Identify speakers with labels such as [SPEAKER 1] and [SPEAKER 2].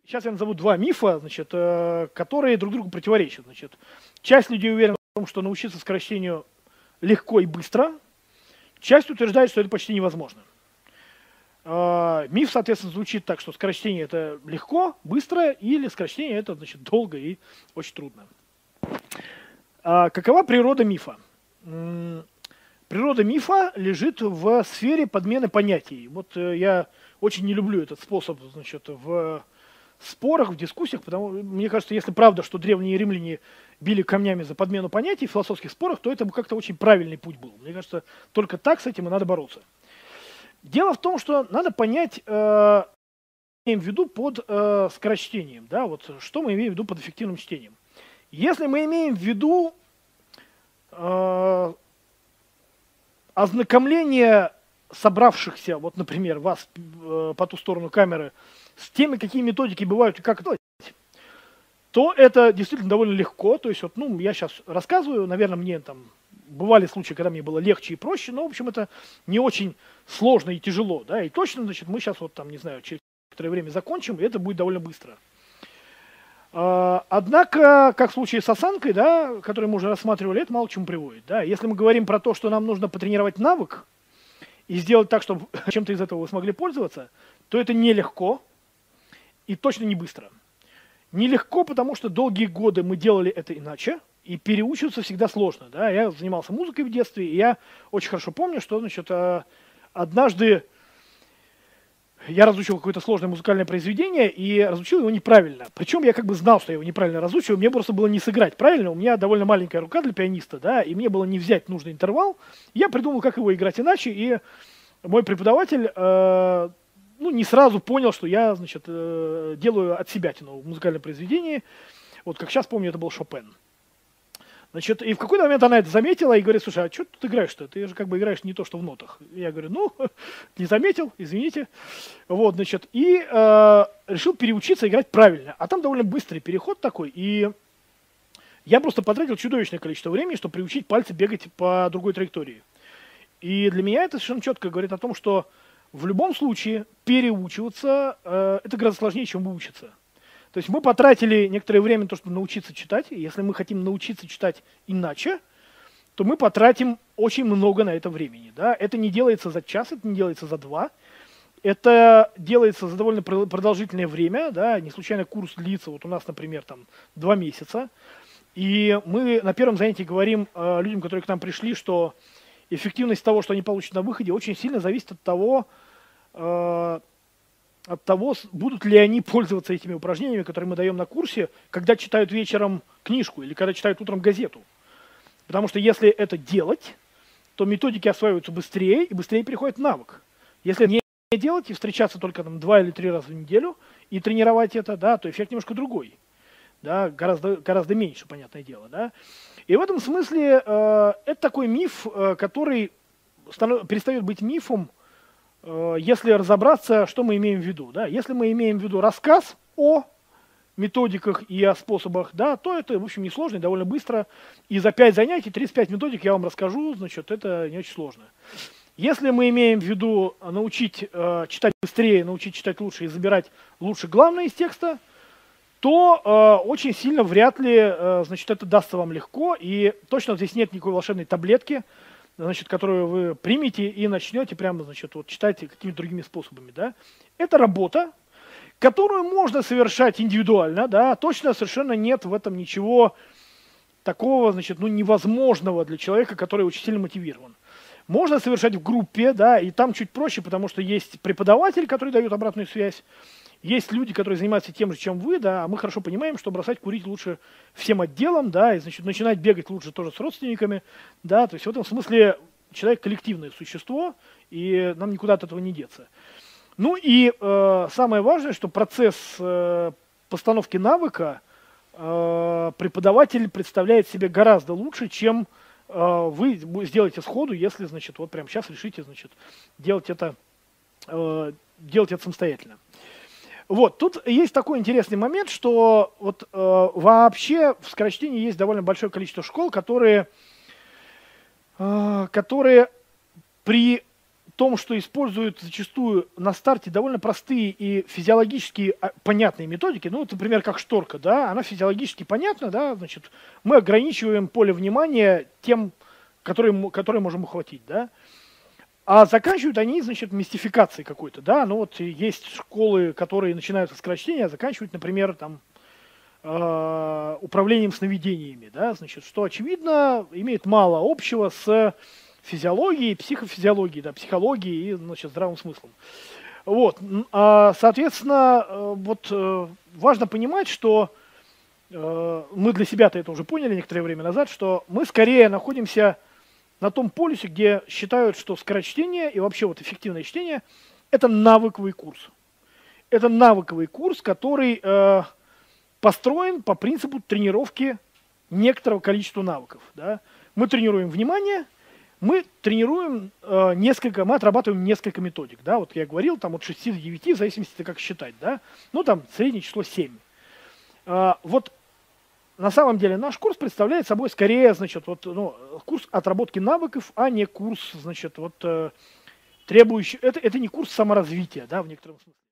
[SPEAKER 1] Сейчас я назову два мифа, значит, которые друг другу противоречат. Значит, часть людей уверена в том, что научиться скорочтению легко и быстро. Часть утверждает, что это почти невозможно. Миф, соответственно, звучит так, что скорочтение это легко, быстро, или скорочтение это, значит, долго и очень трудно. Какова природа мифа? Природа мифа лежит в сфере подмены понятий. Вот я очень не люблю этот способ, значит, в спорах, в дискуссиях, потому что мне кажется, если правда, что древние римляне били камнями за подмену понятий в философских спорах, то это как-то очень правильный путь был. Мне кажется, только так с этим и надо бороться. Дело в том, что надо понять, что мы имеем в виду под скорочтением, да, вот что мы имеем в виду под эффективным чтением. Если мы имеем в виду ознакомление собравшихся, вот, например, вас по ту сторону камеры, с теми, какие методики бывают и как это делать, то это действительно довольно легко. То есть, вот, ну, я сейчас рассказываю, наверное, мне там бывали случаи, когда мне было легче и проще, но, в общем, это не очень сложно и тяжело, да, и точно, значит, мы сейчас вот там, не знаю, через некоторое время закончим, и это будет довольно быстро. Однако, как в случае с осанкой, да, который мы уже рассматривали, это мало к чему приводит. Да. Если мы говорим про то, что нам нужно потренировать навык и сделать так, чтобы чем-то из этого вы смогли пользоваться, то это нелегко и точно не быстро. Нелегко, потому что долгие годы мы делали это иначе, и переучиваться всегда сложно. Да. Я занимался музыкой в детстве, и я очень хорошо помню, что, значит, однажды я разучил какое-то сложное музыкальное произведение и разучил его неправильно. Причем я как бы знал, что я его неправильно разучил, мне просто было не сыграть правильно. У меня довольно маленькая рука для пианиста, да, и мне было не взять нужный интервал. Я придумал, как его играть иначе, и мой преподаватель ну, не сразу понял, что я, значит, делаю отсебятину в музыкальном произведении. Вот как сейчас помню, это был Шопен. Значит, и в какой-то момент она это заметила и говорит: слушай, а что ты тут играешь-то? Ты же как бы играешь не то, что в нотах. Я говорю: ну, не заметил, извините. Вот, значит, и решил переучиться играть правильно. А там довольно быстрый переход такой, и я просто потратил чудовищное количество времени, чтобы приучить пальцы бегать по другой траектории. И для меня это совершенно четко говорит о том, что в любом случае переучиваться это гораздо сложнее, чем выучиться. То есть мы потратили некоторое время на то, чтобы научиться читать. И если мы хотим научиться читать иначе, то мы потратим очень много на это времени. Да? Это не делается за час, это не делается за два. Это делается за довольно продолжительное время. Да? Не случайно курс длится, вот у нас, например, там 2 месяца. И мы на первом занятии говорим людям, которые к нам пришли, что эффективность того, что они получат на выходе, очень сильно зависит от того, будут ли они пользоваться этими упражнениями, которые мы даем на курсе, когда читают вечером книжку или когда читают утром газету. Потому что если это делать, то методики осваиваются быстрее и быстрее переходит в навык. Если не делать и встречаться только там 2 или 3 раза в неделю и тренировать это, да, то эффект немножко другой. Да, гораздо меньше, понятное дело. Да. И в этом смысле это такой миф, который перестает быть мифом, если разобраться, что мы имеем в виду. Да? Если мы имеем в виду рассказ о методиках и о способах, да, то это, в общем, несложно и довольно быстро. И за 5 занятий 35 методик я вам расскажу, значит, это не очень сложно. Если мы имеем в виду научить читать быстрее, научить читать лучше и забирать лучше главное из текста, то очень сильно вряд ли, значит, это дастся вам легко. И точно здесь нет никакой волшебной таблетки, значит, которую вы примете и начнете прямо, значит, вот читать какими-то другими способами, да. Это работа, которую можно совершать индивидуально, да, точно совершенно нет в этом ничего такого, значит, ну, невозможного для человека, который очень сильно мотивирован. Можно совершать в группе, да, и там чуть проще, потому что есть преподаватель, который дает обратную связь, есть люди, которые занимаются тем же, чем вы, да, а мы хорошо понимаем, что бросать курить лучше всем отделом, да, и, значит, начинать бегать лучше тоже с родственниками, да, то есть в этом смысле человек коллективное существо, и нам никуда от этого не деться. Ну и самое важное, что процесс постановки навыка преподаватель представляет себе гораздо лучше, чем вы сделаете сходу, если, значит, вот прямо сейчас решите, значит, делать это самостоятельно. Вот, тут есть такой интересный момент, что вот вообще в скорочтении есть довольно большое количество школ, которые при том, что используют зачастую на старте довольно простые и физиологически понятные методики. Ну, вот, например, как шторка, да, она физиологически понятна, да, значит, мы ограничиваем поле внимания тем, которые можем ухватить, да. А заканчивают они, значит, мистификацией какой-то, да. Ну вот есть школы, которые начинают со скорочтения, а заканчивают, например, там, управлением сновидениями, да, значит, что, очевидно, имеет мало общего с физиологией, психофизиологией, да, психологией и, значит, здравым смыслом. Вот, соответственно, вот важно понимать, что мы для себя-то это уже поняли некоторое время назад, что мы скорее находимся на том полюсе, где считают, что скорочтение и вообще вот эффективное чтение – это навыковый курс. Это навыковый курс, который построен по принципу тренировки некоторого количества навыков. Да. Мы тренируем внимание, мы тренируем мы отрабатываем несколько методик. Да. Вот я говорил, там от 6 до 9, в зависимости от как считать. Да. Ну, там среднее число 7. Вот на самом деле наш курс представляет собой скорее, значит, вот, ну, курс отработки навыков, а не курс, значит, вот, требующий, это не курс саморазвития, да, в некотором смысле.